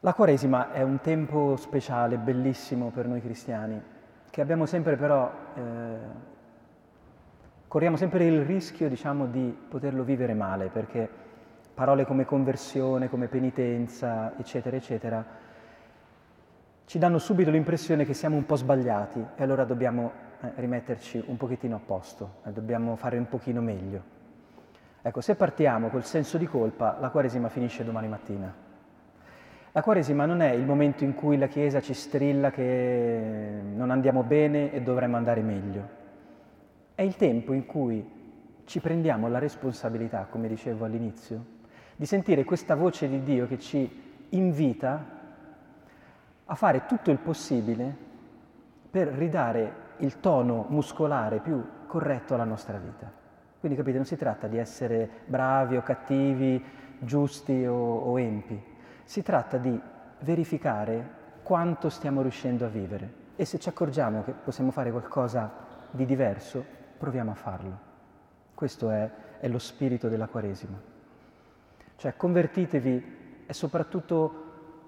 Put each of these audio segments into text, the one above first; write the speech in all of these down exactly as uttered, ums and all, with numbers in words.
La Quaresima è un tempo speciale, bellissimo per noi cristiani, che abbiamo sempre però, eh, corriamo sempre il rischio, diciamo, di poterlo vivere male, perché parole come conversione, come penitenza, eccetera, eccetera, ci danno subito l'impressione che siamo un po' sbagliati e allora dobbiamo eh, rimetterci un pochettino a posto, eh, dobbiamo fare un pochino meglio. Ecco, se partiamo col senso di colpa, la Quaresima finisce domani mattina. La Quaresima non è il momento in cui la Chiesa ci strilla che non andiamo bene e dovremmo andare meglio. È il tempo in cui ci prendiamo la responsabilità, come dicevo all'inizio, di sentire questa voce di Dio che ci invita a fare tutto il possibile per ridare il tono muscolare più corretto alla nostra vita. Quindi capite, non si tratta di essere bravi o cattivi, giusti o, o empi. Si tratta di verificare quanto stiamo riuscendo a vivere e se ci accorgiamo che possiamo fare qualcosa di diverso, proviamo a farlo. Questo è, è lo spirito della Quaresima. Cioè, convertitevi è soprattutto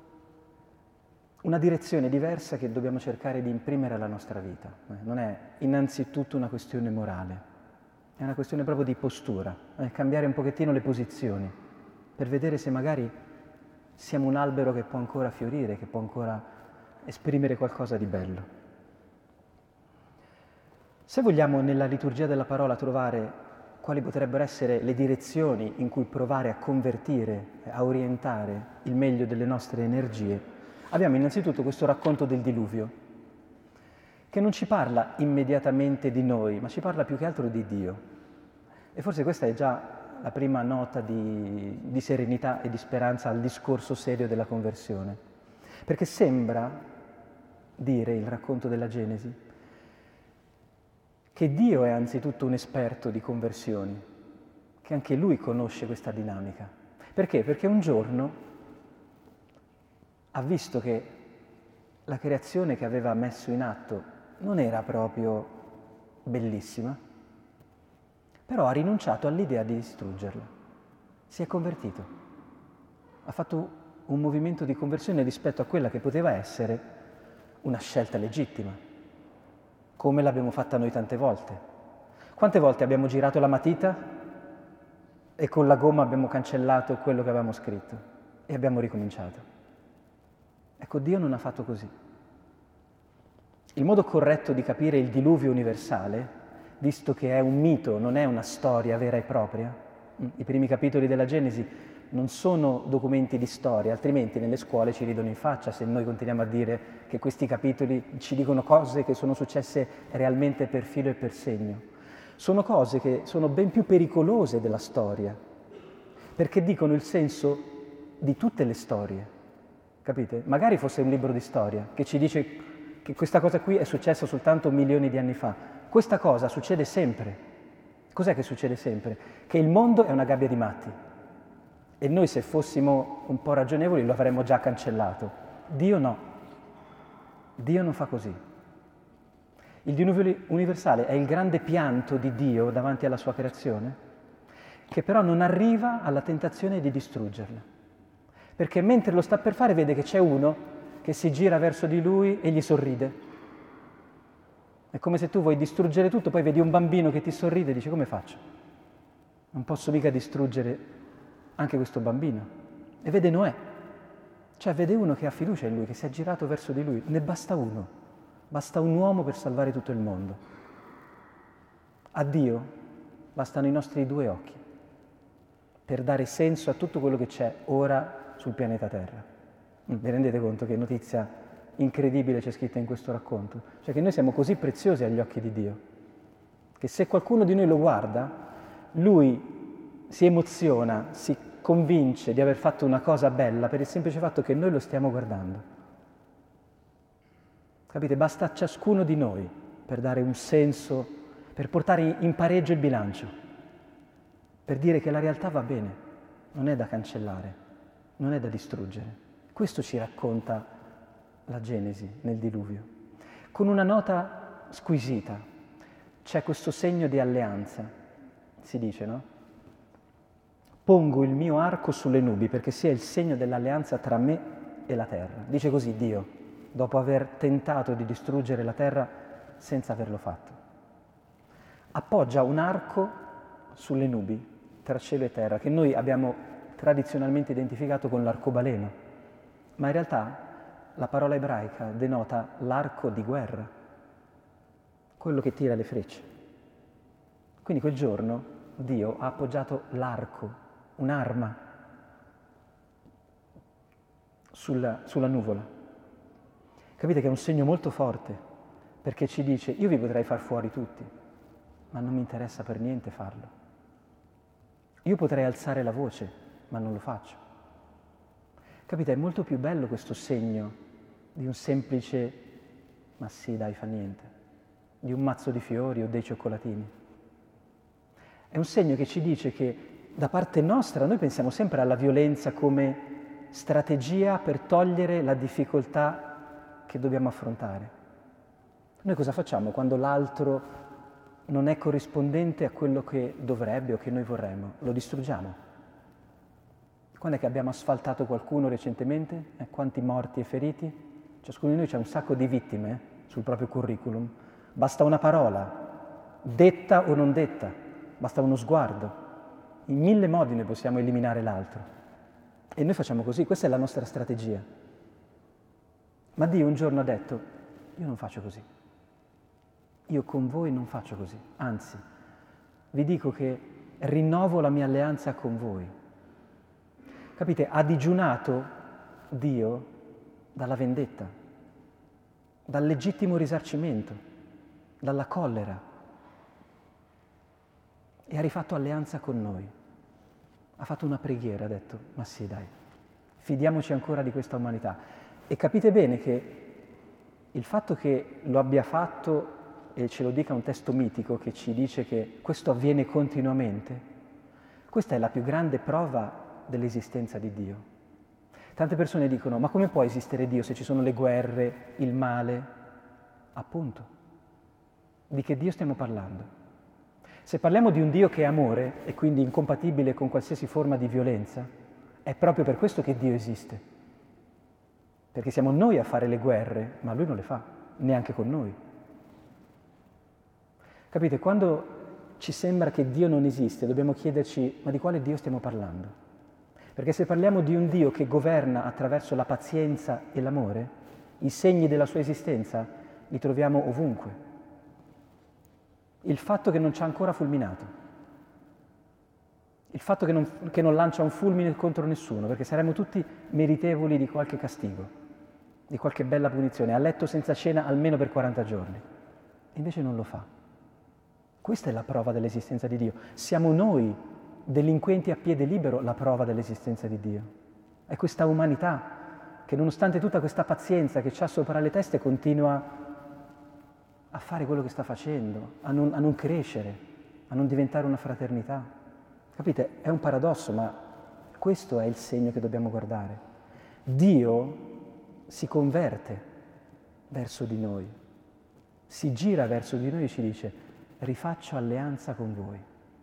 una direzione diversa che dobbiamo cercare di imprimere alla nostra vita. Non è innanzitutto una questione morale, è una questione proprio di postura, è cambiare un pochettino le posizioni per vedere se magari siamo un albero che può ancora fiorire, che può ancora esprimere qualcosa di bello. Se vogliamo nella liturgia della parola trovare quali potrebbero essere le direzioni in cui provare a convertire, a orientare il meglio delle nostre energie, abbiamo innanzitutto questo racconto del diluvio, che non ci parla immediatamente di noi, ma ci parla più che altro di Dio. E forse questa è già la prima nota di, di serenità e di speranza al discorso serio della conversione. Perché sembra dire, il racconto della Genesi, che Dio è anzitutto un esperto di conversioni, che anche Lui conosce questa dinamica. Perché? Perché un giorno ha visto che la creazione che aveva messo in atto non era proprio bellissima, però ha rinunciato all'idea di distruggerla. Si è convertito. Ha fatto un movimento di conversione rispetto a quella che poteva essere una scelta legittima, come l'abbiamo fatta noi tante volte. Quante volte abbiamo girato la matita e con la gomma abbiamo cancellato quello che avevamo scritto e abbiamo ricominciato? Ecco, Dio non ha fatto così. Il modo corretto di capire il diluvio universale, visto che è un mito, non è una storia vera e propria, i primi capitoli della Genesi non sono documenti di storia, altrimenti nelle scuole ci ridono in faccia se noi continuiamo a dire che questi capitoli ci dicono cose che sono successe realmente per filo e per segno. Sono cose che sono ben più pericolose della storia, perché dicono il senso di tutte le storie, capite? Magari fosse un libro di storia che ci dice che questa cosa qui è successa soltanto milioni di anni fa. Questa cosa succede sempre. Cos'è che succede sempre? Che il mondo è una gabbia di matti e noi se fossimo un po' ragionevoli lo avremmo già cancellato. Dio no. Dio non fa così. Il diluvio universale è il grande pianto di Dio davanti alla sua creazione, che però non arriva alla tentazione di distruggerla. Perché mentre lo sta per fare vede che c'è uno che si gira verso di lui e gli sorride. È come se tu vuoi distruggere tutto, poi vedi un bambino che ti sorride e dici: come faccio? Non posso mica distruggere anche questo bambino. E vede Noè, cioè vede uno che ha fiducia in lui, che si è girato verso di lui. Ne basta uno, basta un uomo per salvare tutto il mondo. A Dio bastano i nostri due occhi per dare senso a tutto quello che c'è ora sul pianeta Terra. Vi rendete conto che notizia incredibile c'è scritta in questo racconto? Cioè che noi siamo così preziosi agli occhi di Dio, che se qualcuno di noi lo guarda, lui si emoziona, si convince di aver fatto una cosa bella per il semplice fatto che noi lo stiamo guardando. Capite? Basta a ciascuno di noi per dare un senso, per portare in pareggio il bilancio, per dire che la realtà va bene, non è da cancellare, non è da distruggere. Questo ci racconta la Genesi nel diluvio. Con una nota squisita, c'è questo segno di alleanza, si dice, no? Pongo il mio arco sulle nubi perché sia il segno dell'alleanza tra me e la terra. Dice così Dio, dopo aver tentato di distruggere la terra senza averlo fatto. Appoggia un arco sulle nubi, tra cielo e terra, che noi abbiamo tradizionalmente identificato con l'arcobaleno, ma in realtà la parola ebraica denota l'arco di guerra, quello che tira le frecce. Quindi quel giorno Dio ha appoggiato l'arco, un'arma, sulla, sulla nuvola. Capite che è un segno molto forte, perché ci dice, io vi potrei far fuori tutti, ma non mi interessa per niente farlo. Io potrei alzare la voce, ma non lo faccio. Capite, è molto più bello questo segno di un semplice, ma sì, dai, fa niente, di un mazzo di fiori o dei cioccolatini. È un segno che ci dice che da parte nostra noi pensiamo sempre alla violenza come strategia per togliere la difficoltà che dobbiamo affrontare. Noi cosa facciamo quando l'altro non è corrispondente a quello che dovrebbe o che noi vorremmo? Lo distruggiamo. Quando è che abbiamo asfaltato qualcuno recentemente? Eh, quanti morti e feriti? Ciascuno di noi ha un sacco di vittime eh, sul proprio curriculum. Basta una parola, detta o non detta, basta uno sguardo. In mille modi noi possiamo eliminare l'altro. E noi facciamo così, questa è la nostra strategia. Ma Dio un giorno ha detto, io non faccio così. Io con voi non faccio così. Anzi, vi dico che rinnovo la mia alleanza con voi. Capite? Ha digiunato Dio dalla vendetta, dal legittimo risarcimento, dalla collera. E ha rifatto alleanza con noi. Ha fatto una preghiera, ha detto, ma sì dai, fidiamoci ancora di questa umanità. E capite bene che il fatto che lo abbia fatto e ce lo dica un testo mitico che ci dice che questo avviene continuamente, questa è la più grande prova dell'esistenza di Dio. Tante persone dicono, ma come può esistere Dio se ci sono le guerre, il male? Appunto, di che Dio stiamo parlando? Se parliamo di un Dio che è amore e quindi incompatibile con qualsiasi forma di violenza, è proprio per questo che Dio esiste. Perché siamo noi a fare le guerre, ma Lui non le fa, neanche con noi. Capite? Quando ci sembra che Dio non esiste, dobbiamo chiederci, ma di quale Dio stiamo parlando? Perché se parliamo di un Dio che governa attraverso la pazienza e l'amore, i segni della sua esistenza li troviamo ovunque. Il fatto che non ci ha ancora fulminato, il fatto che non, che non lancia un fulmine contro nessuno, perché saremmo tutti meritevoli di qualche castigo, di qualche bella punizione, a letto senza cena almeno per quaranta giorni. E invece non lo fa. Questa è la prova dell'esistenza di Dio. Siamo noi, delinquenti a piede libero, la prova dell'esistenza di Dio. È questa umanità che nonostante tutta questa pazienza che c'ha sopra le teste continua a fare quello che sta facendo, a non, a non crescere, a non diventare una fraternità. Capite? È un paradosso, ma questo è il segno che dobbiamo guardare. Dio si converte verso di noi, si gira verso di noi e ci dice, rifaccio alleanza con voi.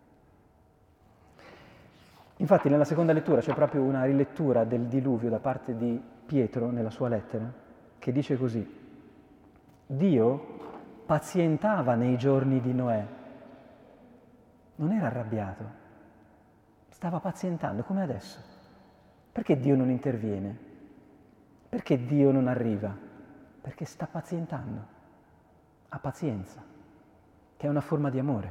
Infatti nella seconda lettura c'è proprio una rilettura del diluvio da parte di Pietro nella sua lettera, che dice così, Dio pazientava nei giorni di Noè, non era arrabbiato, stava pazientando come adesso. Perché Dio non interviene? Perché Dio non arriva? Perché sta pazientando, ha pazienza, che è una forma di amore.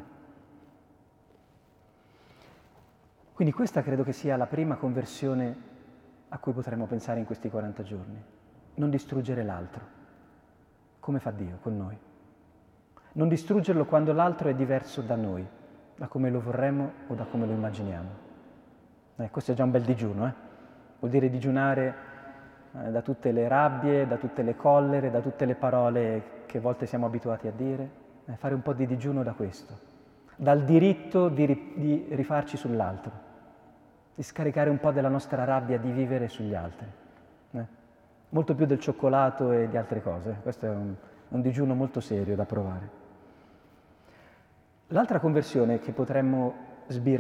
Quindi questa credo che sia la prima conversione a cui potremmo pensare in questi quaranta giorni, non distruggere l'altro, come fa Dio con noi. Non distruggerlo quando l'altro è diverso da noi, da come lo vorremmo o da come lo immaginiamo. Eh, questo è già un bel digiuno, eh? Vuol dire digiunare eh, da tutte le rabbie, da tutte le collere, da tutte le parole che a volte siamo abituati a dire. Eh, fare un po' di digiuno da questo, dal diritto di, ri- di rifarci sull'altro, di scaricare un po' della nostra rabbia di vivere sugli altri. Eh? Molto più del cioccolato e di altre cose. Questo è un, un digiuno molto serio da provare. L'altra conversione che potremmo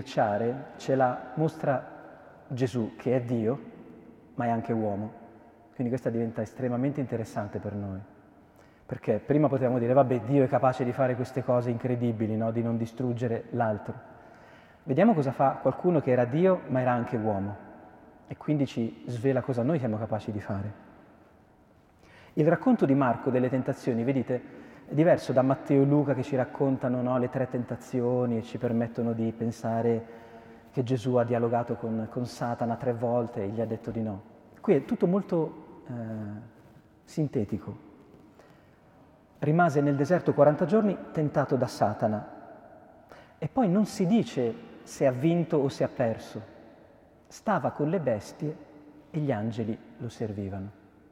sbirciare ce la mostra Gesù, che è Dio, ma è anche uomo. Quindi questa diventa estremamente interessante per noi, perché prima potevamo dire, vabbè, Dio è capace di fare queste cose incredibili, no? Di non distruggere l'altro. Vediamo cosa fa qualcuno che era Dio, ma era anche uomo, e quindi ci svela cosa noi siamo capaci di fare. Il racconto di Marco delle tentazioni, vedete, è diverso da Matteo e Luca che ci raccontano, no, le tre tentazioni e ci permettono di pensare che Gesù ha dialogato con, con Satana tre volte e gli ha detto di no. Qui è tutto molto eh, sintetico. Rimase nel deserto quaranta giorni tentato da Satana e poi non si dice se ha vinto o se ha perso. Stava con le bestie e gli angeli lo servivano.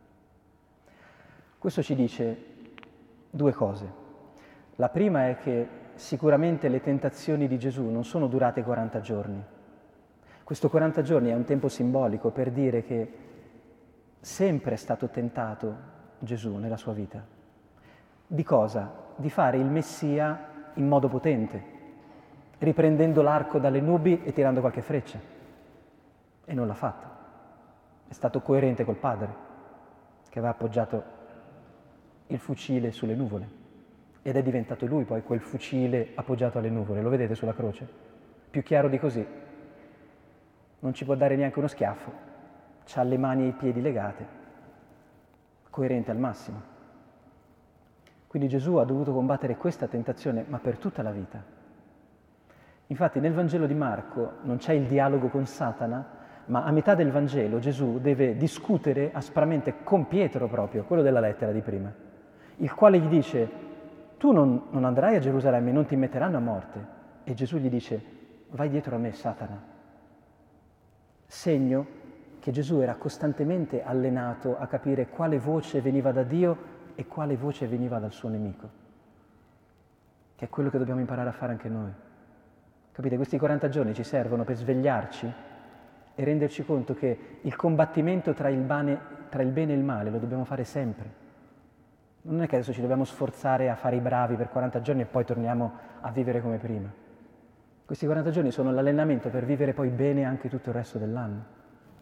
Questo ci dice due cose. La prima è che sicuramente le tentazioni di Gesù non sono durate quaranta giorni. Questo quaranta giorni è un tempo simbolico per dire che sempre è stato tentato Gesù nella sua vita. Di cosa? Di fare il Messia in modo potente, riprendendo l'arco dalle nubi e tirando qualche freccia. E non l'ha fatto. È stato coerente col Padre, che aveva appoggiato il fucile sulle nuvole. Ed è diventato lui poi quel fucile appoggiato alle nuvole. Lo vedete sulla croce? Più chiaro di così. Non ci può dare neanche uno schiaffo. C'ha le mani e i piedi legate. Coerente al massimo. Quindi Gesù ha dovuto combattere questa tentazione, ma per tutta la vita. Infatti nel Vangelo di Marco non c'è il dialogo con Satana, ma a metà del Vangelo Gesù deve discutere aspramente con Pietro proprio, quello della lettera di prima, il quale gli dice: tu non, non andrai a Gerusalemme, non ti metteranno a morte. E Gesù gli dice: vai dietro a me, Satana. Segno che Gesù era costantemente allenato a capire quale voce veniva da Dio e quale voce veniva dal suo nemico, che è quello che dobbiamo imparare a fare anche noi. Capite? Questi quaranta giorni ci servono per svegliarci e renderci conto che il combattimento tra il, bane, tra il bene e il male lo dobbiamo fare sempre. Non è che adesso ci dobbiamo sforzare a fare i bravi per quaranta giorni e poi torniamo a vivere come prima. Questi quaranta giorni sono l'allenamento per vivere poi bene anche tutto il resto dell'anno.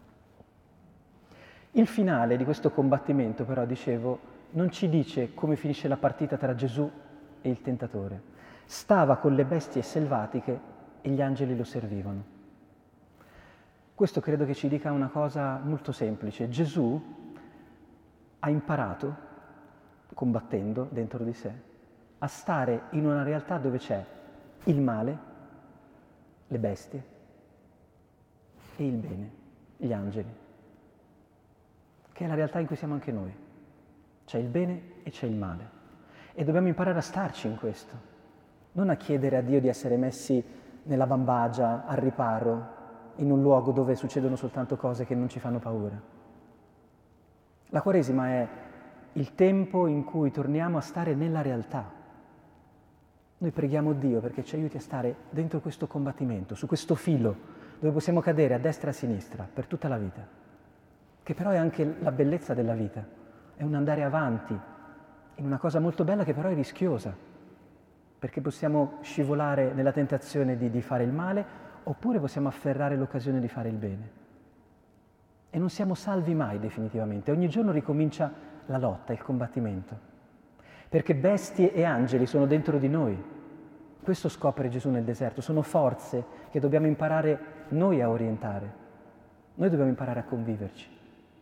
Il finale di questo combattimento, però, dicevo, non ci dice come finisce la partita tra Gesù e il tentatore. Stava con le bestie selvatiche e gli angeli lo servivano. Questo credo che ci dica una cosa molto semplice. Gesù ha imparato, combattendo dentro di sé, a stare in una realtà dove c'è il male, le bestie, e il bene, gli angeli, che è la realtà in cui siamo anche noi. C'è il bene e c'è il male. E dobbiamo imparare a starci in questo, non a chiedere a Dio di essere messi nella bambagia, al riparo, in un luogo dove succedono soltanto cose che non ci fanno paura. La Quaresima è il tempo in cui torniamo a stare nella realtà. Noi preghiamo Dio perché ci aiuti a stare dentro questo combattimento, su questo filo, dove possiamo cadere a destra e a sinistra per tutta la vita, che però è anche la bellezza della vita. È un andare avanti in una cosa molto bella che però è rischiosa, perché possiamo scivolare nella tentazione di, di fare il male, oppure possiamo afferrare l'occasione di fare il bene. E non siamo salvi mai definitivamente. Ogni giorno ricomincia la lotta, il combattimento. Perché bestie e angeli sono dentro di noi. Questo scopre Gesù nel deserto. Sono forze che dobbiamo imparare noi a orientare. Noi dobbiamo imparare a conviverci.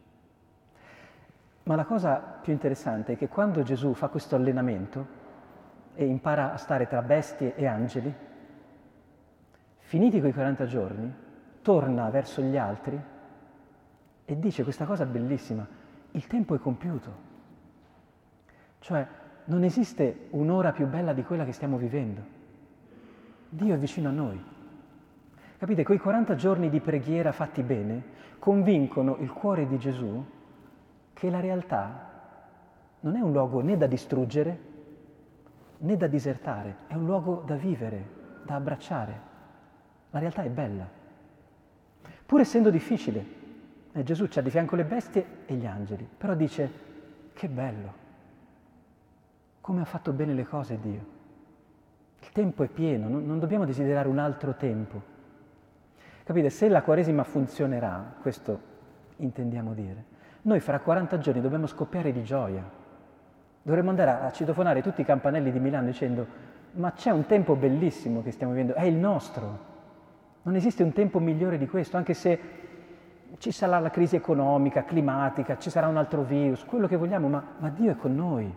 Ma la cosa più interessante è che quando Gesù fa questo allenamento e impara a stare tra bestie e angeli, finiti quei quaranta giorni, torna verso gli altri e dice questa cosa bellissima: il tempo è compiuto. Cioè, non esiste un'ora più bella di quella che stiamo vivendo. Dio è vicino a noi. Capite? Quei quaranta giorni di preghiera fatti bene convincono il cuore di Gesù che la realtà non è un luogo né da distruggere né da disertare, è un luogo da vivere, da abbracciare. La realtà è bella. Pur essendo difficile, eh, Gesù c'ha di fianco le bestie e gli angeli, però dice: che bello, come ha fatto bene le cose Dio. Il tempo è pieno, non, non dobbiamo desiderare un altro tempo. Capite? Se la Quaresima funzionerà, questo intendiamo dire, Noi fra quaranta giorni dobbiamo scoppiare di gioia. Dovremmo andare a citofonare tutti i campanelli di Milano dicendo: ma c'è un tempo bellissimo che stiamo vivendo, è il nostro. Non esiste un tempo migliore di questo, anche se ci sarà la crisi economica, climatica, ci sarà un altro virus, quello che vogliamo, ma, ma Dio è con noi,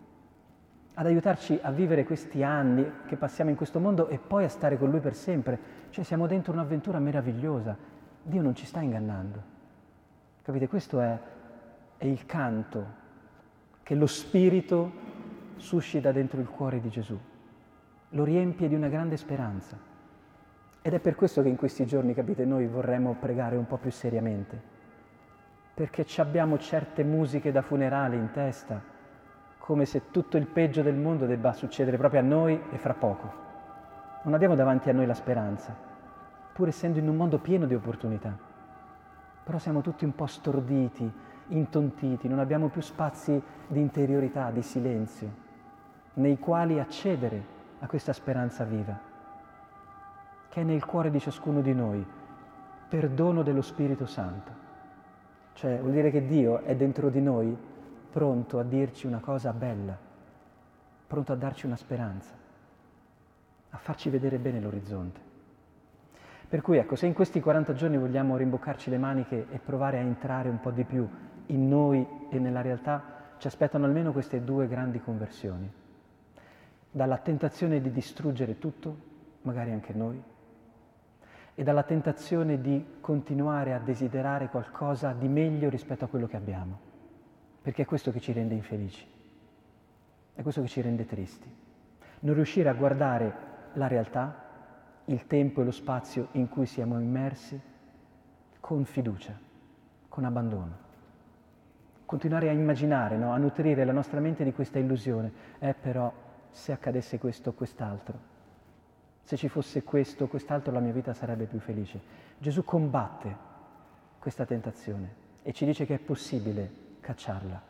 ad aiutarci a vivere questi anni che passiamo in questo mondo e poi a stare con Lui per sempre. Cioè siamo dentro un'avventura meravigliosa. Dio non ci sta ingannando. Capite? Questo è, è il canto che lo Spirito suscita dentro il cuore di Gesù. Lo riempie di una grande speranza. Ed è per questo che in questi giorni, capite, noi vorremmo pregare un po' più seriamente. Perché abbiamo certe musiche da funerale in testa, come se tutto il peggio del mondo debba succedere proprio a noi e fra poco. Non abbiamo davanti a noi la speranza, pur essendo in un mondo pieno di opportunità. Però siamo tutti un po' storditi, intontiti, non abbiamo più spazi di interiorità, di silenzio, nei quali accedere a questa speranza viva, che è nel cuore di ciascuno di noi, per dono dello Spirito Santo. Cioè vuol dire che Dio è dentro di noi, pronto a dirci una cosa bella, pronto a darci una speranza, a farci vedere bene l'orizzonte. Per cui ecco, se in questi quaranta giorni vogliamo rimboccarci le maniche e provare a entrare un po' di più in noi e nella realtà, ci aspettano almeno queste due grandi conversioni. Dalla tentazione di distruggere tutto, magari anche noi, e dalla tentazione di continuare a desiderare qualcosa di meglio rispetto a quello che abbiamo. Perché è questo che ci rende infelici, è questo che ci rende tristi. Non riuscire a guardare la realtà, il tempo e lo spazio in cui siamo immersi con fiducia, con abbandono. Continuare a immaginare, no? A nutrire la nostra mente di questa illusione. Eh però, se accadesse questo o quest'altro, se ci fosse questo o quest'altro, la mia vita sarebbe più felice. Gesù combatte questa tentazione e ci dice che è possibile cacciarla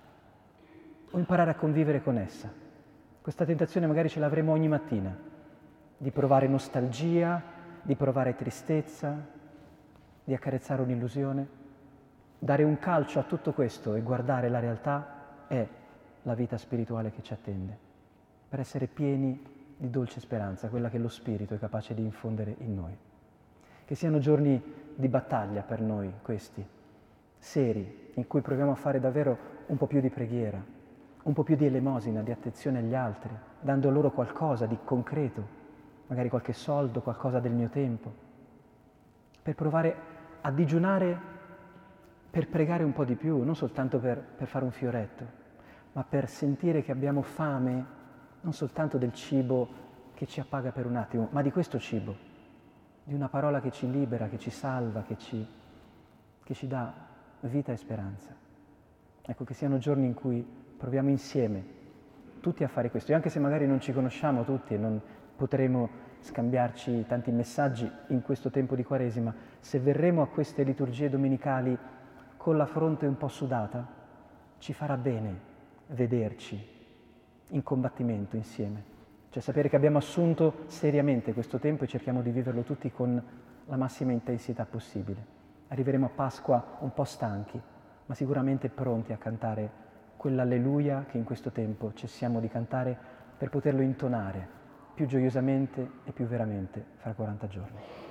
o imparare a convivere con essa. Questa tentazione magari ce l'avremo ogni mattina, di provare nostalgia, di provare tristezza, di accarezzare un'illusione. Dare un calcio a tutto questo e guardare la realtà è la vita spirituale che ci attende, per essere pieni di dolce speranza, quella che lo Spirito è capace di infondere in noi. Che siano giorni di battaglia per noi questi, seri, in cui proviamo a fare davvero un po' più di preghiera, un po' più di elemosina, di attenzione agli altri, dando loro qualcosa di concreto, magari qualche soldo, qualcosa del mio tempo, per provare a digiunare, per pregare un po' di più, non soltanto per, per fare un fioretto, ma per sentire che abbiamo fame non soltanto del cibo che ci appaga per un attimo, ma di questo cibo, di una parola che ci libera, che ci salva, che ci, che ci dà vita e speranza. Ecco, che siano giorni in cui proviamo insieme, tutti a fare questo, e anche se magari non ci conosciamo tutti e non potremo scambiarci tanti messaggi in questo tempo di Quaresima, se verremo a queste liturgie domenicali con la fronte un po' sudata, ci farà bene vederci in combattimento insieme, cioè sapere che abbiamo assunto seriamente questo tempo e cerchiamo di viverlo tutti con la massima intensità possibile. Arriveremo a Pasqua un po' stanchi, ma sicuramente pronti a cantare quell'alleluia che in questo tempo cessiamo di cantare per poterlo intonare più gioiosamente e più veramente fra quaranta giorni.